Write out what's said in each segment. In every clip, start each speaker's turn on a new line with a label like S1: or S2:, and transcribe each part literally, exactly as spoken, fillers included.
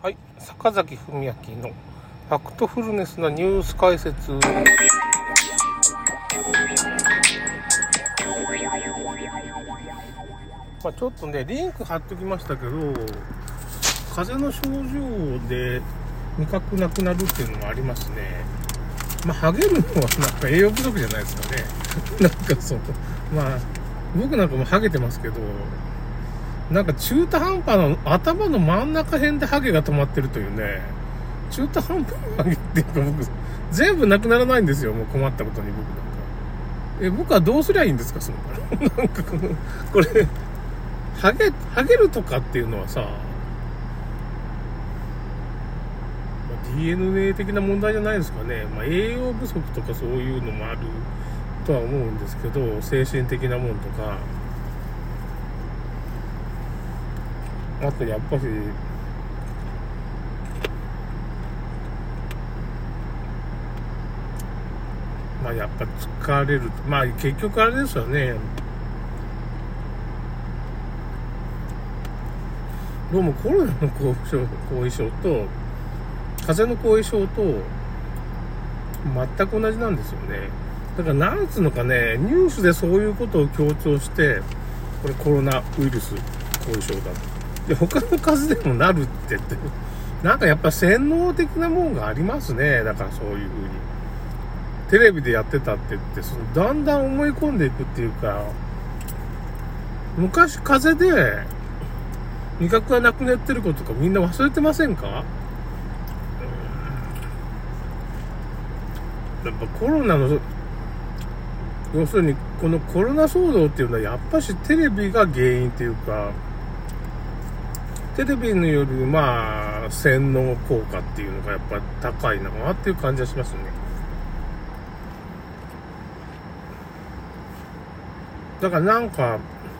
S1: はい、坂崎文明のファクトフルネスなニュース解説。まあ、ちょっとねリンク貼っときましたけど、風邪の症状で味覚なくなるっていうのもありますね。まあ励むのはなんか栄養不足じゃないですかね。なんかそうまあ僕なんかもハゲてますけど、なんか中途半端な頭の真ん中辺でハゲが止まってるというね、中途半端なハゲっていうか僕全部なくならないんですよ。もう困ったことに僕なんかえ僕はどうすりゃいいんですかそのなんかこのこれハゲハゲるとかっていうのはさ、ディーエヌエー 的な問題じゃないですかね。まあ、栄養不足とかそういうのもあるとは思うんですけど、精神的なもんとか、あとやっぱりまあやっぱ疲れる。まあ結局あれですよね。どうもコロナの後遺症、後遺症と風邪の後遺症と全く同じなんですよね。だからなんつうのかね、ニュースでそういうことを強調して、これコロナウイルス後遺症だと。で、他の風邪でもなるってって、なんかやっぱ洗脳的なもんがありますね。だからそういう風に。テレビでやってたって言って、そのだんだん思い込んでいくっていうか、昔風邪で味覚がなくなってることとかみんな忘れてませんか？やっぱコロナの、要するにこのコロナ騒動っていうのはやっぱしテレビが原因っていうか、テレビによるまあ洗脳効果っていうのがやっぱ高いなっていう感じがしますね。だからなんか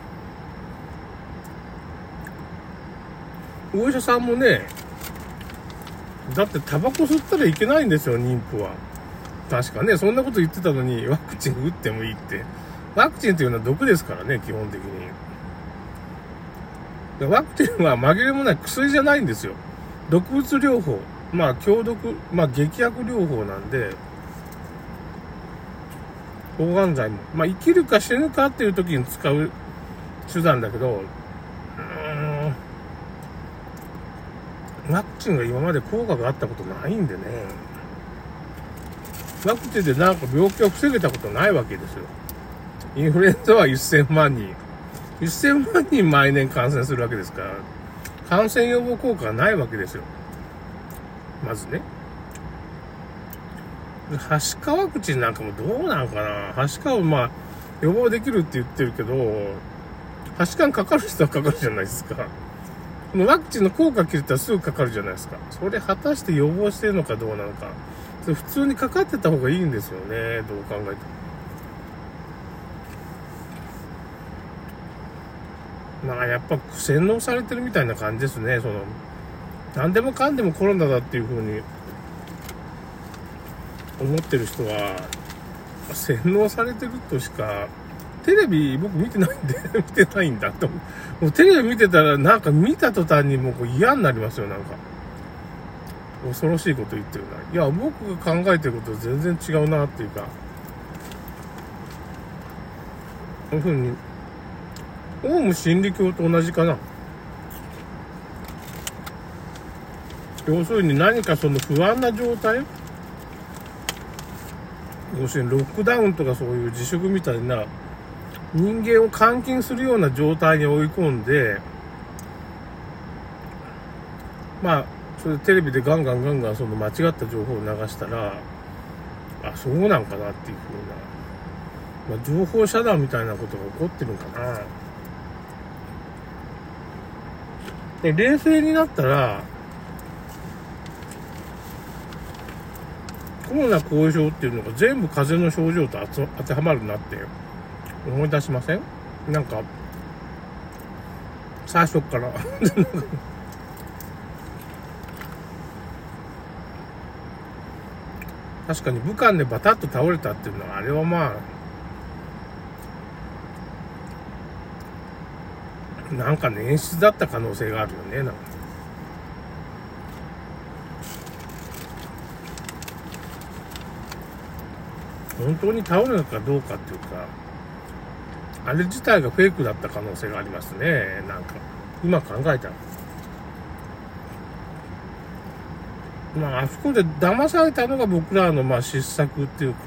S1: お医者さんもね、だってタバコ吸ったらいけないんですよ、妊婦は。確かね、そんなこと言ってたのにワクチン打ってもいいって。ワクチンというのは毒ですからね、基本的に。ワクチンは紛れもない薬じゃないんですよ。毒物療法。まあ強毒、まあ劇薬療法なんで、抗がん剤も。まあ生きるか死ぬかっていう時に使う手段だけど、うーん、ワクチンが今まで効果があったことないんでね。ワクチンでなんか病気を防げたことないわけですよ。インフルエンザはせんまんにん。せんまんにん毎年感染するわけですから、感染予防効果がないわけですよ。まずね。はしかワクチンなんかもどうなんかな。はしかはまあ予防できるって言ってるけど、はしかにかかる人はかかるじゃないですか。このワクチンの効果切れたらすぐかかるじゃないですか。それ果たして予防してるのかどうなのか。それ普通にかかってた方がいいんですよね。どう考えても。まあやっぱ洗脳されてるみたいな感じですね。その何でもかんでもコロナだっていう風に思ってる人は洗脳されてるとしか。テレビ僕見てないんで見てないんだと。もうテレビ見てたらなんか見た途端にもう嫌になりますよ。なんか恐ろしいこと言ってるな。いや僕が考えてることと全然違うなっていうか、こういう風にオウム真理教と同じかな。要するに何かその不安な状態、要するにロックダウンとかそういう自粛みたいな人間を監禁するような状態に追い込んで、まあそれでテレビでガンガンガンガンその間違った情報を流したら、あそうなんかなっていう風な、まあ、情報遮断みたいなことが起こってるんかな。で冷静になったらコロナ後遺症っていうのが全部風邪の症状と当てはまるなって思い出しません？なんか最初から確かに武漢でバタッと倒れたっていうのはあれはまあなんかね演出だった可能性があるよね。なんか本当に倒れるのかどうかっていうか、あれ自体がフェイクだった可能性がありますね。なんか今考えたら、まああそこで騙されたのが僕らのまあ失策っていうか、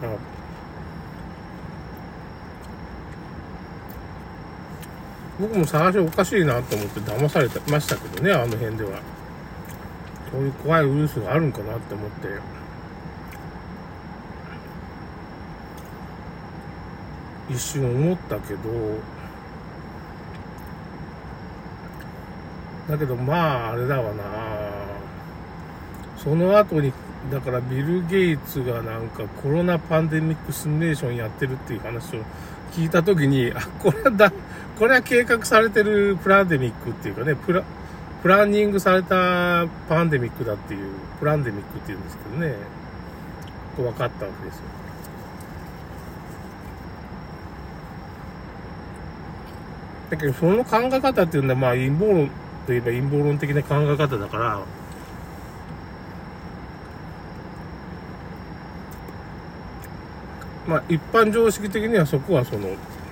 S1: 僕も最初おかしいなと思って騙されてましたけどね、あの辺では。そういう怖いウイルスがあるんかなって思って。一瞬思ったけど、だけどまああれだわな。その後に、だからビル・ゲイツがなんかコロナパンデミックシミュレーションやってるっていう話を聞いたときに、あ、これはだ、これは計画されてるプランデミックっていうかね、プラ、プランニングされたパンデミックだっていう、プランデミックっていうんですけどね、こう分かったわけですよ。だけどその考え方っていうのはまあ陰謀論といえば陰謀論的な考え方だから、まあ一般常識的にはそこはその、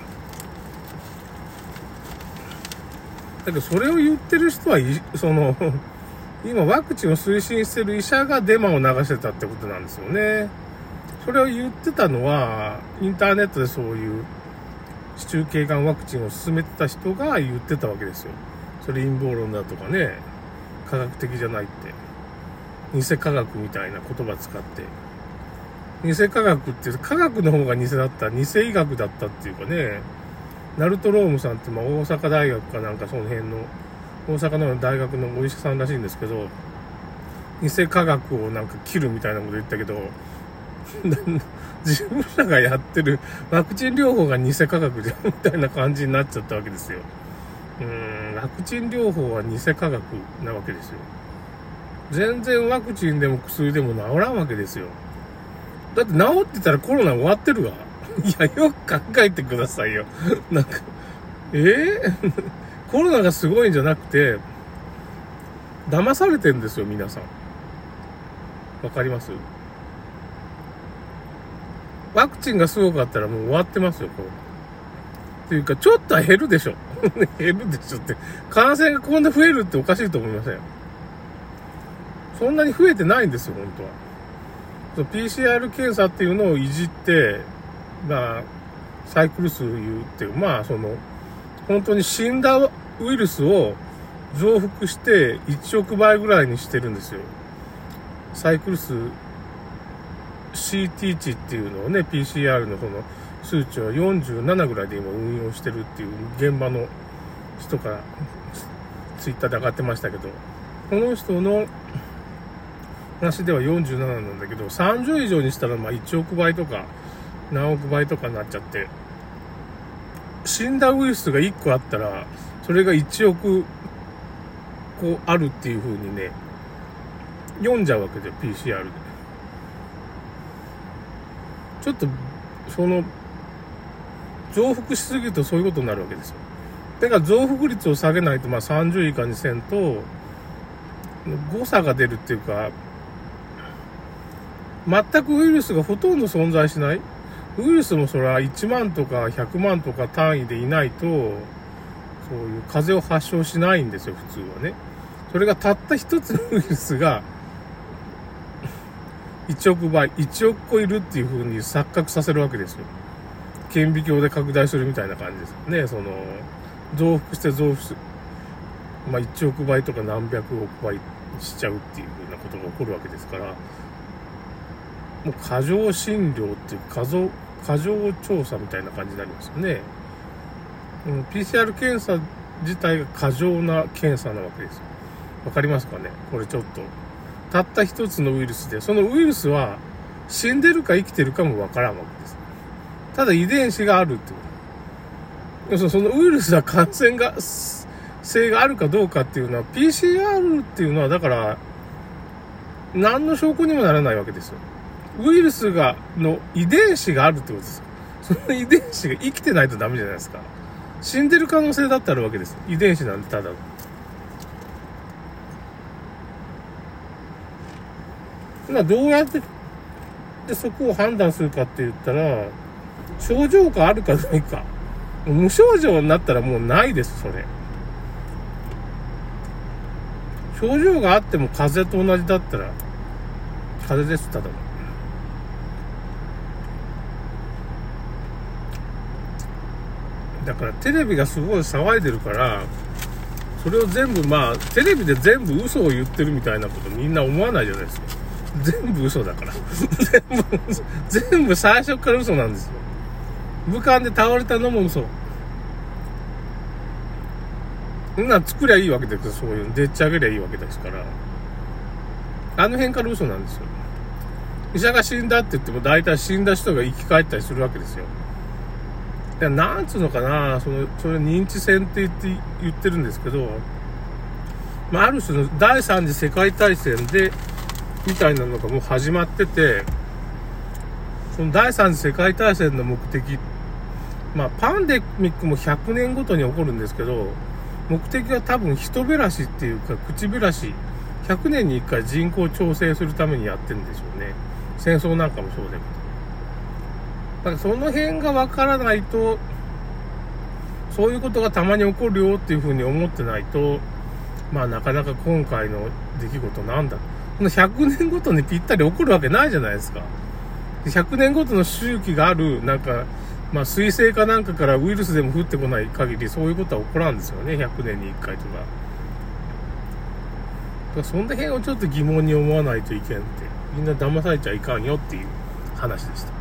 S1: だけどそれを言ってる人は、その、今ワクチンを推進してる医者がデマを流してたってことなんですよね。それを言ってたのは、インターネットでそういう市中頸がんワクチンを進めてた人が言ってたわけですよ。それ陰謀論だとかね、科学的じゃないって。偽科学みたいな言葉使って。偽科学って科学の方が偽だった、偽医学だったっていうかね、ナルトロームさんってまあ大阪大学かなんかその辺の、大阪の大学のお医者さんらしいんですけど、偽科学をなんか切るみたいなこと言ったけど、自分らがやってるワクチン療法が偽科学じゃんみたいな感じになっちゃったわけですよ。うーん、ワクチン療法は偽科学なわけですよ。全然ワクチンでも薬でも治らんわけですよ。だって治ってたらコロナ終わってるわ。いや、よく考えてくださいよ。なんか、えー、コロナがすごいんじゃなくて、騙されてんですよ、皆さん。わかります？ワクチンがすごかったらもう終わってますよ、コロナ。っていうか、ちょっとは減るでしょ。減るでしょって。感染がこんな増えるっておかしいと思いません？そんなに増えてないんですよ、本当は。ピーシーアール 検査っていうのをいじって、まあ、サイクル数言うっていう、まあ、その、本当に死んだウイルスを増幅していちおくばいぐらいにしてるんですよ。サイクル数、シーティー 値っていうのをね、ピーシーアール のその数値はよんじゅうななぐらいで今運用してるっていう現場の人からツイッターで上がってましたけど、この人の話ではよんじゅうなななんだけど、さんじゅう以上にしたらまあいちおくばいとか何億倍とかになっちゃって、死んだウイルスがいっこあったらそれがいちおくこうあるっていう風にね読んじゃうわけで ピーシーアール でちょっとその増幅しすぎるとそういうことになるわけですよ。だから増幅率を下げないとまあさんじゅう以下にせんと誤差が出るっていうか、全くウイルスがほとんど存在しない。ウイルスもそれはいちまんとかひゃくまんとか単位でいないと、そういう風邪を発症しないんですよ、普通はね。それがたった一つのウイルスがいちおくばい、いちおくこいるっていう風に錯覚させるわけですよ。顕微鏡で拡大するみたいな感じですよね。その、増幅して増幅する。まあいちおくばいとか何百億倍しちゃうっていう風なことが起こるわけですから、もう過剰診療っていう過剰、過剰調査みたいな感じになりますよね。うん、ピーシーアール 検査自体が過剰な検査なわけですよ。わかりますかね？これちょっと。たった一つのウイルスで、そのウイルスは死んでるか生きてるかもわからんわけです。ただ遺伝子があるってこと。そのウイルスは感染が、性があるかどうかっていうのは ピーシーアール っていうのはだから何の証拠にもならないわけですよ。ウイルスがの遺伝子があるってことですよ。その遺伝子が生きてないとダメじゃないですか。死んでる可能性だってあるわけです。遺伝子なんでただ。まあどうやってってそこを判断するかって言ったら、症状があるかないか。無症状になったらもうないです、それ。症状があっても風邪と同じだったら、風邪です、ただの。だからテレビがすごい騒いでるから、それを全部まあ、テレビで全部嘘を言ってるみたいなことみんな思わないじゃないですか。全部嘘だから。全部、全部最初から嘘なんですよ。武漢で倒れたのも嘘。そんなん作りゃいいわけですよ、そういうの。でっち上げりゃいいわけですから。あの辺から嘘なんですよ。医者が死んだって言っても大体死んだ人が生き返ったりするわけですよ。いや、なんつうのかな、その、それ認知戦って言って、言ってるんですけど、まあ、ある種の第三次世界大戦で、みたいなのがもう始まってて、その第三次世界大戦の目的、まあ、パンデミックもひゃくねんごとに起こるんですけど、目的は多分人減らしっていうか、口減らし、ひゃくねんにいっかい人口調整するためにやってるんでしょうね。戦争なんかもそうだけど。だからその辺がわからないと、そういうことがたまに起こるよっていうふうに思ってないと、まあなかなか今回の出来事なんだ。このひゃくねんごとにぴったり起こるわけないじゃないですか。ひゃくねんごとの周期がある、なんか、まあ水星かなんかからウイルスでも降ってこない限り、そういうことは起こらんですよね。ひゃくねんにいっかいとか。だからその辺をちょっと疑問に思わないといけんって。みんな騙されちゃいかんよっていう話でした。